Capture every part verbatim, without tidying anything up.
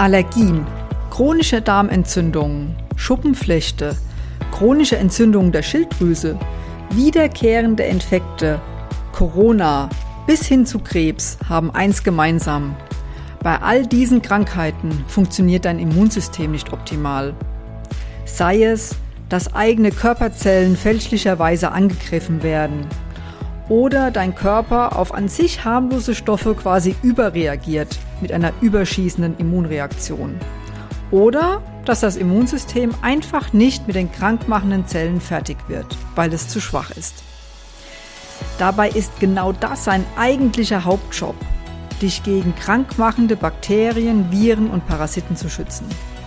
Allergien, chronische Darmentzündungen, Schuppenflechte, chronische Entzündungen der Schilddrüse, wiederkehrende Infekte, Corona bis hin zu Krebs haben eins gemeinsam. Bei all diesen Krankheiten funktioniert dein Immunsystem nicht optimal. Sei es, dass eigene Körperzellen fälschlicherweise angegriffen werden oder dein Körper auf an sich harmlose Stoffe quasi überreagiert mit einer überschießenden Immunreaktion. Oder dass das Immunsystem einfach nicht mit den krankmachenden Zellen fertig wird, weil es zu schwach ist. Dabei ist genau das sein eigentlicher Hauptjob, dich gegen krankmachende Bakterien, Viren und Parasiten zu schützen.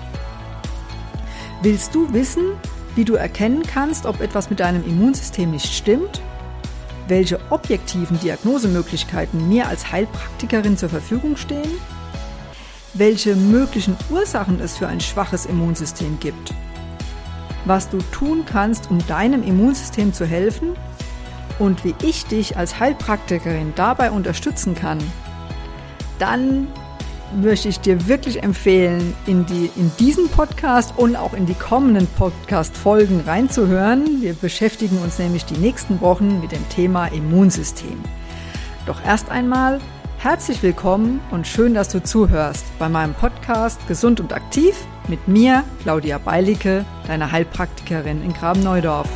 Willst du wissen, wie du erkennen kannst, ob etwas mit deinem Immunsystem nicht stimmt? Welche objektiven Diagnosemöglichkeiten mir als Heilpraktikerin zur Verfügung stehen? Welche möglichen Ursachen es für ein schwaches Immunsystem gibt? Was du tun kannst, um deinem Immunsystem zu helfen? Und wie ich dich als Heilpraktikerin dabei unterstützen kann? Dann möchte ich dir wirklich empfehlen, in, die, in diesen Podcast und auch in die kommenden Podcast-Folgen reinzuhören. Wir beschäftigen uns nämlich die nächsten Wochen mit dem Thema Immunsystem. Doch erst einmal herzlich willkommen und schön, dass du zuhörst bei meinem Podcast Gesund und Aktiv mit mir, Claudia Beilicke, deiner Heilpraktikerin in Graben-Neudorf.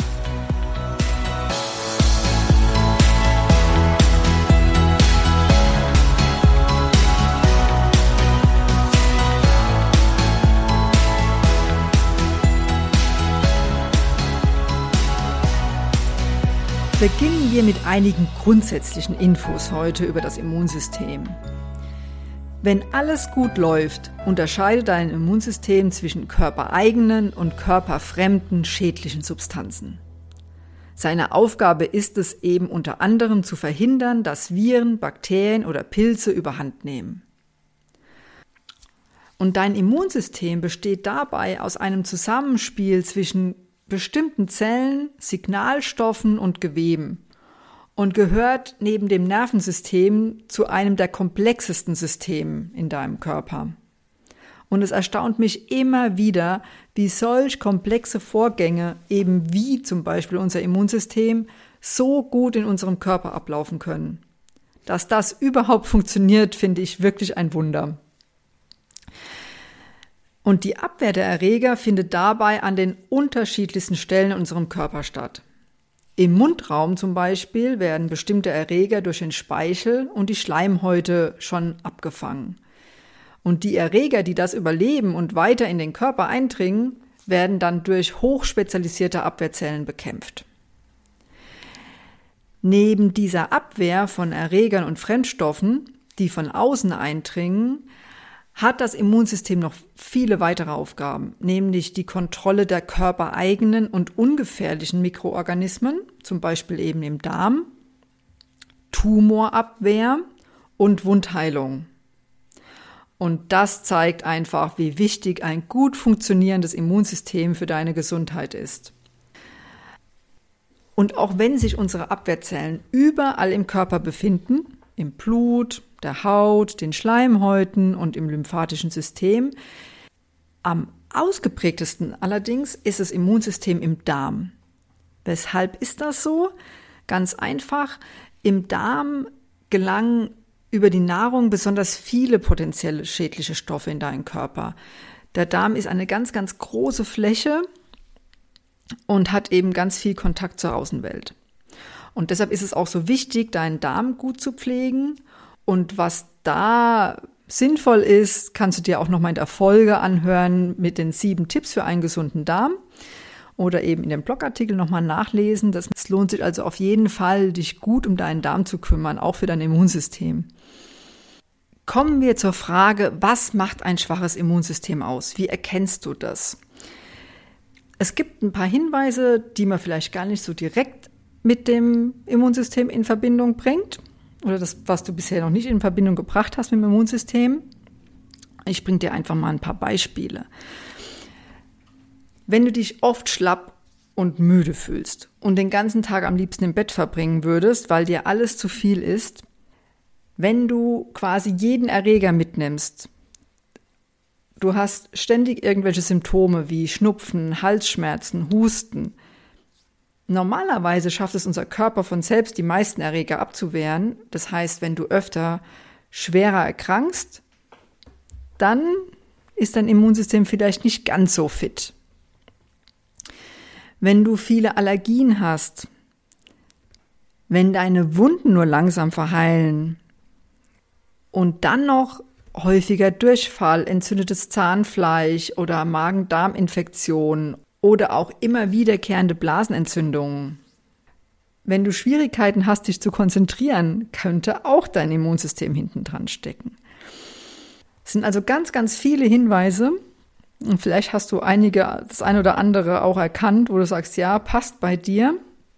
Beginnen wir mit einigen grundsätzlichen Infos heute über das Immunsystem. Wenn alles gut läuft, unterscheidet dein Immunsystem zwischen körpereigenen und körperfremden schädlichen Substanzen. Seine Aufgabe ist es eben unter anderem zu verhindern, dass Viren, Bakterien oder Pilze überhand nehmen. Und dein Immunsystem besteht dabei aus einem Zusammenspiel zwischen bestimmten Zellen, Signalstoffen und Geweben und gehört neben dem Nervensystem zu einem der komplexesten Systeme in deinem Körper. Und es erstaunt mich immer wieder, wie solch komplexe Vorgänge, eben wie zum Beispiel unser Immunsystem, so gut in unserem Körper ablaufen können. Dass das überhaupt funktioniert, finde ich wirklich ein Wunder. Und die Abwehr der Erreger findet dabei an den unterschiedlichsten Stellen in unserem Körper statt. Im Mundraum zum Beispiel werden bestimmte Erreger durch den Speichel und die Schleimhäute schon abgefangen. Und die Erreger, die das überleben und weiter in den Körper eindringen, werden dann durch hochspezialisierte Abwehrzellen bekämpft. Neben dieser Abwehr von Erregern und Fremdstoffen, die von außen eindringen, hat das Immunsystem noch viele weitere Aufgaben, nämlich die Kontrolle der körpereigenen und ungefährlichen Mikroorganismen, zum Beispiel eben im Darm, Tumorabwehr und Wundheilung. Und das zeigt einfach, wie wichtig ein gut funktionierendes Immunsystem für deine Gesundheit ist. Und auch wenn sich unsere Abwehrzellen überall im Körper befinden, im Blut, der Haut, den Schleimhäuten und im lymphatischen System. Am ausgeprägtesten allerdings ist das Immunsystem im Darm. Weshalb ist das so? Ganz einfach, im Darm gelangen über die Nahrung besonders viele potenzielle schädliche Stoffe in deinen Körper. Der Darm ist eine ganz, ganz große Fläche und hat eben ganz viel Kontakt zur Außenwelt. Und deshalb ist es auch so wichtig, deinen Darm gut zu pflegen. Und was da sinnvoll ist, kannst du dir auch noch mal in der Folge anhören mit den sieben Tipps für einen gesunden Darm oder eben in dem Blogartikel noch mal nachlesen. Das lohnt sich also auf jeden Fall, dich gut um deinen Darm zu kümmern, auch für dein Immunsystem. Kommen wir zur Frage, was macht ein schwaches Immunsystem aus? Wie erkennst du das? Es gibt ein paar Hinweise, die man vielleicht gar nicht so direkt mit dem Immunsystem in Verbindung bringt. Oder das, was du bisher noch nicht in Verbindung gebracht hast mit dem Immunsystem. Ich bringe dir einfach mal ein paar Beispiele. Wenn du dich oft schlapp und müde fühlst und den ganzen Tag am liebsten im Bett verbringen würdest, weil dir alles zu viel ist, wenn du quasi jeden Erreger mitnimmst, du hast ständig irgendwelche Symptome wie Schnupfen, Halsschmerzen, Husten. Normalerweise schafft es unser Körper von selbst, die meisten Erreger abzuwehren. Das heißt, wenn du öfter schwerer erkrankst, dann ist dein Immunsystem vielleicht nicht ganz so fit. Wenn du viele Allergien hast, wenn deine Wunden nur langsam verheilen und dann noch häufiger Durchfall, entzündetes Zahnfleisch oder Magen-Darm-Infektionen oder auch immer wiederkehrende Blasenentzündungen. Wenn du Schwierigkeiten hast, dich zu konzentrieren, könnte auch dein Immunsystem hinten dran stecken. Es sind also ganz, ganz viele Hinweise und vielleicht hast du einige, das eine oder andere auch erkannt, wo du sagst, ja, passt bei dir.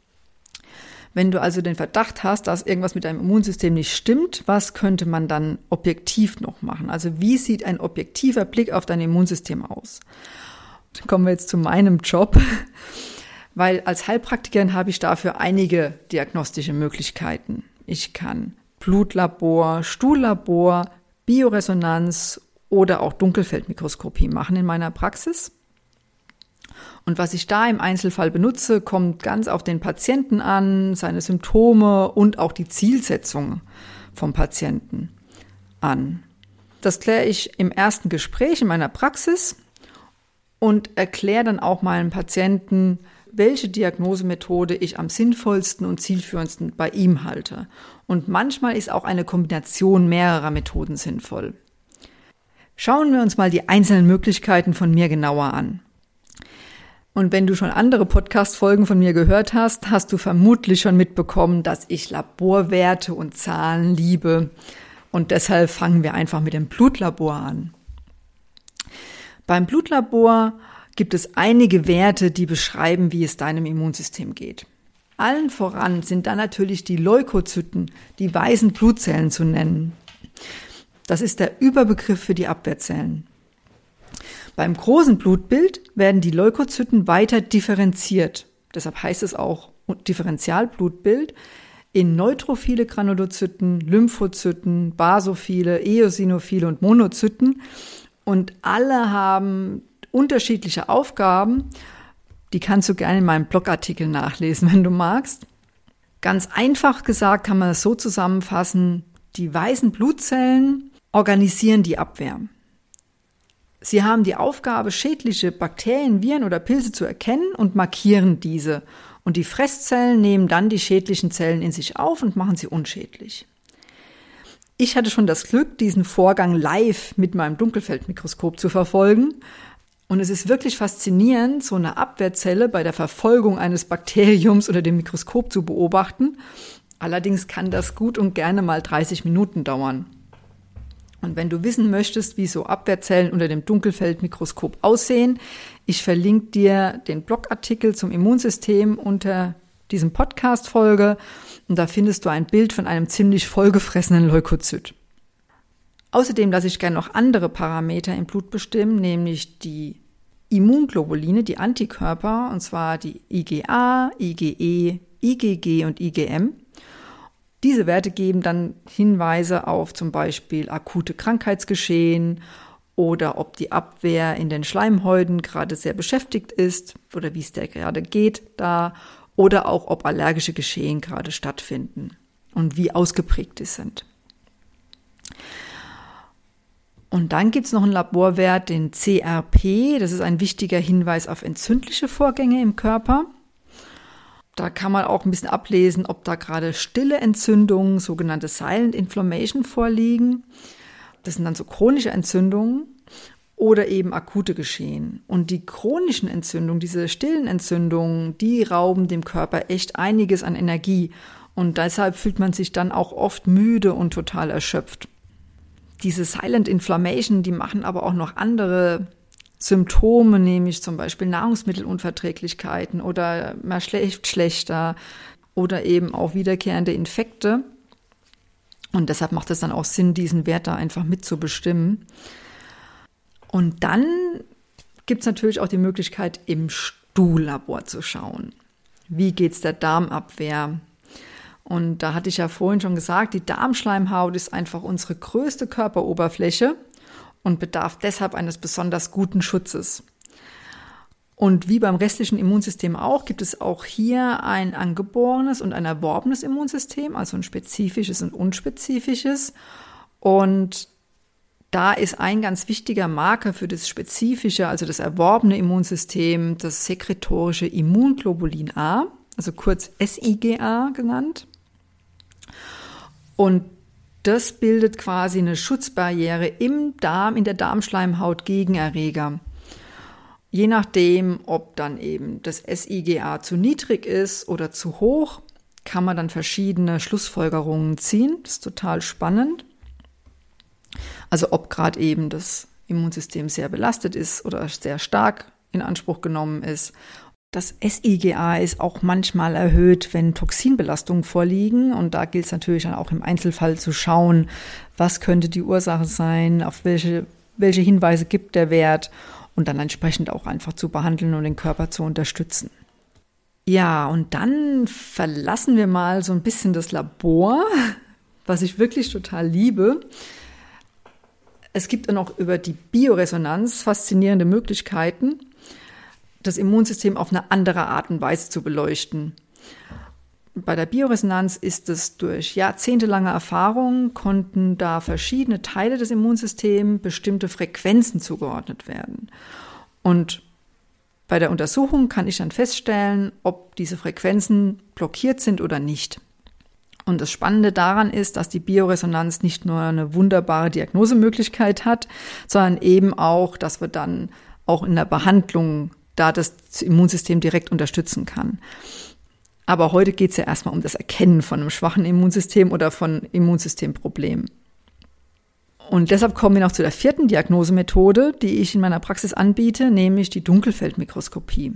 Wenn du also den Verdacht hast, dass irgendwas mit deinem Immunsystem nicht stimmt, was könnte man dann objektiv noch machen? Also wie sieht ein objektiver Blick auf dein Immunsystem aus? Dann kommen wir jetzt zu meinem Job, weil als Heilpraktikerin habe ich dafür einige diagnostische Möglichkeiten. Ich kann Blutlabor, Stuhllabor, Bioresonanz oder auch Dunkelfeldmikroskopie machen in meiner Praxis. Und was ich da im Einzelfall benutze, kommt ganz auf den Patienten an, seine Symptome und auch die Zielsetzung vom Patienten an. Das kläre ich im ersten Gespräch in meiner Praxis und erkläre dann auch meinem Patienten, welche Diagnosemethode ich am sinnvollsten und zielführendsten bei ihm halte. Und manchmal ist auch eine Kombination mehrerer Methoden sinnvoll. Schauen wir uns mal die einzelnen Möglichkeiten von mir genauer an. Und wenn du schon andere Podcast-Folgen von mir gehört hast, hast du vermutlich schon mitbekommen, dass ich Laborwerte und Zahlen liebe. Und deshalb fangen wir einfach mit dem Blutlabor an. Beim Blutlabor gibt es einige Werte, die beschreiben, wie es deinem Immunsystem geht. Allen voran sind da natürlich die Leukozyten, die weißen Blutzellen zu nennen. Das ist der Überbegriff für die Abwehrzellen. Beim großen Blutbild werden die Leukozyten weiter differenziert. Deshalb heißt es auch Differentialblutbild in neutrophile Granulozyten, Lymphozyten, basophile, eosinophile und Monozyten. Und alle haben unterschiedliche Aufgaben. Die kannst du gerne in meinem Blogartikel nachlesen, wenn du magst. Ganz einfach gesagt kann man es so zusammenfassen: Die weißen Blutzellen organisieren die Abwehr. Sie haben die Aufgabe, schädliche Bakterien, Viren oder Pilze zu erkennen und markieren diese. Und die Fresszellen nehmen dann die schädlichen Zellen in sich auf und machen sie unschädlich. Ich hatte schon das Glück, diesen Vorgang live mit meinem Dunkelfeldmikroskop zu verfolgen. Und es ist wirklich faszinierend, so eine Abwehrzelle bei der Verfolgung eines Bakteriums unter dem Mikroskop zu beobachten. Allerdings kann das gut und gerne mal dreißig Minuten dauern. Und wenn du wissen möchtest, wie so Abwehrzellen unter dem Dunkelfeldmikroskop aussehen, ich verlinke dir den Blogartikel zum Immunsystem unter diesem Podcast-Folge und da findest du ein Bild von einem ziemlich vollgefressenen Leukozyt. Außerdem lasse ich gerne noch andere Parameter im Blut bestimmen, nämlich die Immunglobuline, die Antikörper, und zwar die IgA, IgE, IgG und IgM. Diese Werte geben dann Hinweise auf zum Beispiel akute Krankheitsgeschehen oder ob die Abwehr in den Schleimhäuten gerade sehr beschäftigt ist oder wie es der gerade geht da oder auch ob allergische Geschehen gerade stattfinden und wie ausgeprägt die sind. Und dann gibt es noch einen Laborwert, den C R P. Das ist ein wichtiger Hinweis auf entzündliche Vorgänge im Körper. Da kann man auch ein bisschen ablesen, ob da gerade stille Entzündungen, sogenannte Silent Inflammation, vorliegen. Das sind dann so chronische Entzündungen oder eben akute Geschehen. Und die chronischen Entzündungen, diese stillen Entzündungen, die rauben dem Körper echt einiges an Energie. Und deshalb fühlt man sich dann auch oft müde und total erschöpft. Diese Silent Inflammation, die machen aber auch noch andere Symptome, nämlich zum Beispiel Nahrungsmittelunverträglichkeiten oder man schläft schlechter oder eben auch wiederkehrende Infekte. Und deshalb macht es dann auch Sinn, diesen Wert da einfach mitzubestimmen. Und dann gibt es natürlich auch die Möglichkeit, im Stuhllabor zu schauen. Wie geht es der Darmabwehr? Und da hatte ich ja vorhin schon gesagt, die Darmschleimhaut ist einfach unsere größte Körperoberfläche. und bedarf deshalb eines besonders guten Schutzes. Und wie beim restlichen Immunsystem auch, gibt es auch hier ein angeborenes und ein erworbenes Immunsystem, also ein spezifisches und unspezifisches. Und da ist ein ganz wichtiger Marker für das spezifische, also das erworbene Immunsystem, das sekretorische Immunglobulin A, also kurz S I G A genannt. Und das bildet quasi eine Schutzbarriere im Darm, in der Darmschleimhaut gegen Erreger. Je nachdem, ob dann eben das S I G A zu niedrig ist oder zu hoch, kann man dann verschiedene Schlussfolgerungen ziehen. Das ist total spannend. Also ob gerade eben das Immunsystem sehr belastet ist oder sehr stark in Anspruch genommen ist. Das S I G A ist auch manchmal erhöht, wenn Toxinbelastungen vorliegen. Und da gilt es natürlich dann auch im Einzelfall zu schauen, was könnte die Ursache sein, auf welche, welche Hinweise gibt der Wert und dann entsprechend auch einfach zu behandeln und den Körper zu unterstützen. Ja, und dann verlassen wir mal so ein bisschen das Labor, was ich wirklich total liebe. Es gibt dann auch über die Bioresonanz faszinierende Möglichkeiten, das Immunsystem auf eine andere Art und Weise zu beleuchten. Bei der Bioresonanz ist es durch jahrzehntelange Erfahrung, konnten da verschiedene Teile des Immunsystems bestimmte Frequenzen zugeordnet werden. Und bei der Untersuchung kann ich dann feststellen, ob diese Frequenzen blockiert sind oder nicht. Und das Spannende daran ist, dass die Bioresonanz nicht nur eine wunderbare Diagnosemöglichkeit hat, sondern eben auch, dass wir dann auch in der Behandlung da das Immunsystem direkt unterstützen kann. Aber heute geht es ja erstmal um das Erkennen von einem schwachen Immunsystem oder von Immunsystemproblemen. Und deshalb kommen wir noch zu der vierten Diagnosemethode, die ich in meiner Praxis anbiete, nämlich die Dunkelfeldmikroskopie.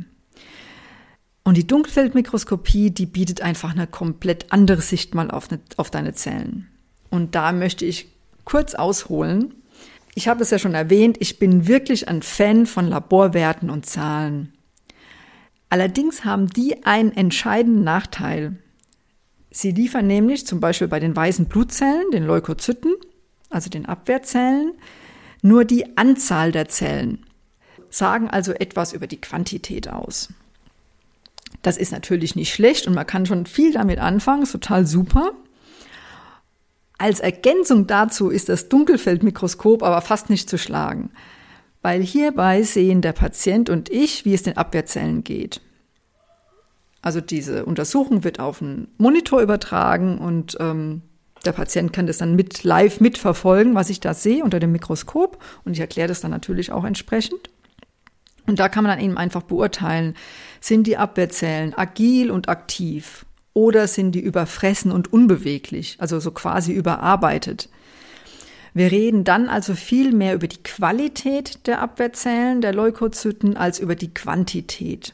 Und die Dunkelfeldmikroskopie, die bietet einfach eine komplett andere Sicht mal auf, eine, auf deine Zellen. Und da möchte ich kurz ausholen. Ich habe es ja schon erwähnt, ich bin wirklich ein Fan von Laborwerten und Zahlen. Allerdings haben die einen entscheidenden Nachteil. Sie liefern nämlich zum Beispiel bei den weißen Blutzellen, den Leukozyten, also den Abwehrzellen, nur die Anzahl der Zellen, sagen also etwas über die Quantität aus. Das ist natürlich nicht schlecht und man kann schon viel damit anfangen, ist total super. Als Ergänzung dazu ist das Dunkelfeldmikroskop aber fast nicht zu schlagen, weil hierbei sehen der Patient und ich, wie es den Abwehrzellen geht. Also diese Untersuchung wird auf einen Monitor übertragen und ähm, der Patient kann das dann mit live mitverfolgen, was ich da sehe unter dem Mikroskop, und ich erkläre das dann natürlich auch entsprechend. Und da kann man dann eben einfach beurteilen, sind die Abwehrzellen agil und aktiv oder sind die überfressen und unbeweglich, also so quasi überarbeitet. Wir reden dann also viel mehr über die Qualität der Abwehrzellen, der Leukozyten, als über die Quantität.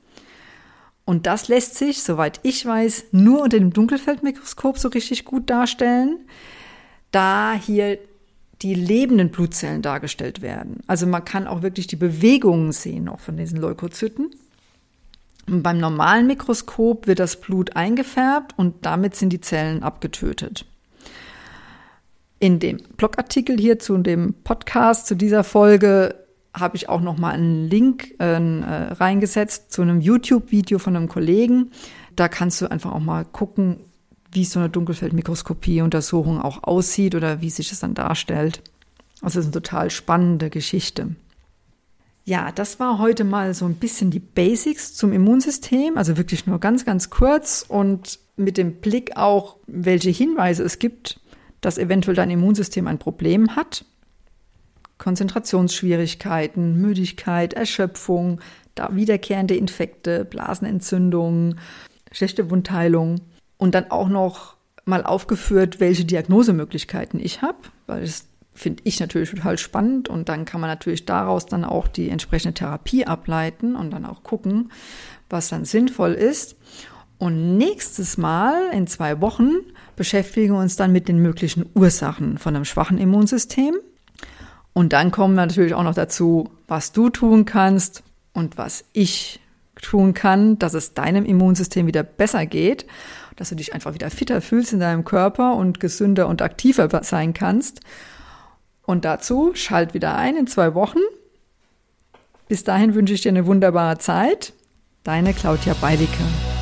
Und das lässt sich, soweit ich weiß, nur unter dem Dunkelfeldmikroskop so richtig gut darstellen, da hier die lebenden Blutzellen dargestellt werden. Also man kann auch wirklich die Bewegungen sehen noch von diesen Leukozyten. Und beim normalen Mikroskop wird das Blut eingefärbt und damit sind die Zellen abgetötet. In dem Blogartikel hier zu dem Podcast, zu dieser Folge, habe ich auch noch mal einen Link äh, reingesetzt zu einem YouTube-Video von einem Kollegen. Da kannst du einfach auch mal gucken, wie so eine Dunkelfeldmikroskopie-Untersuchung auch aussieht oder wie sich das dann darstellt. Also es ist eine total spannende Geschichte. Ja, das war heute mal so ein bisschen die Basics zum Immunsystem, also wirklich nur ganz, ganz kurz und mit dem Blick auch, welche Hinweise es gibt, dass eventuell dein Immunsystem ein Problem hat. Konzentrationsschwierigkeiten, Müdigkeit, Erschöpfung, da wiederkehrende Infekte, Blasenentzündungen, schlechte Wundheilung. Und dann auch noch mal aufgeführt, welche Diagnosemöglichkeiten ich habe, weil das finde ich natürlich total spannend. Und dann kann man natürlich daraus dann auch die entsprechende Therapie ableiten und dann auch gucken, was dann sinnvoll ist. Und nächstes Mal, in zwei Wochen, beschäftigen wir uns dann mit den möglichen Ursachen von einem schwachen Immunsystem. Und dann kommen wir natürlich auch noch dazu, was du tun kannst und was ich tun kann, dass es deinem Immunsystem wieder besser geht, dass du dich einfach wieder fitter fühlst in deinem Körper und gesünder und aktiver sein kannst. Und dazu schalt wieder ein in zwei Wochen. Bis dahin wünsche ich dir eine wunderbare Zeit. Deine Claudia Beilicke.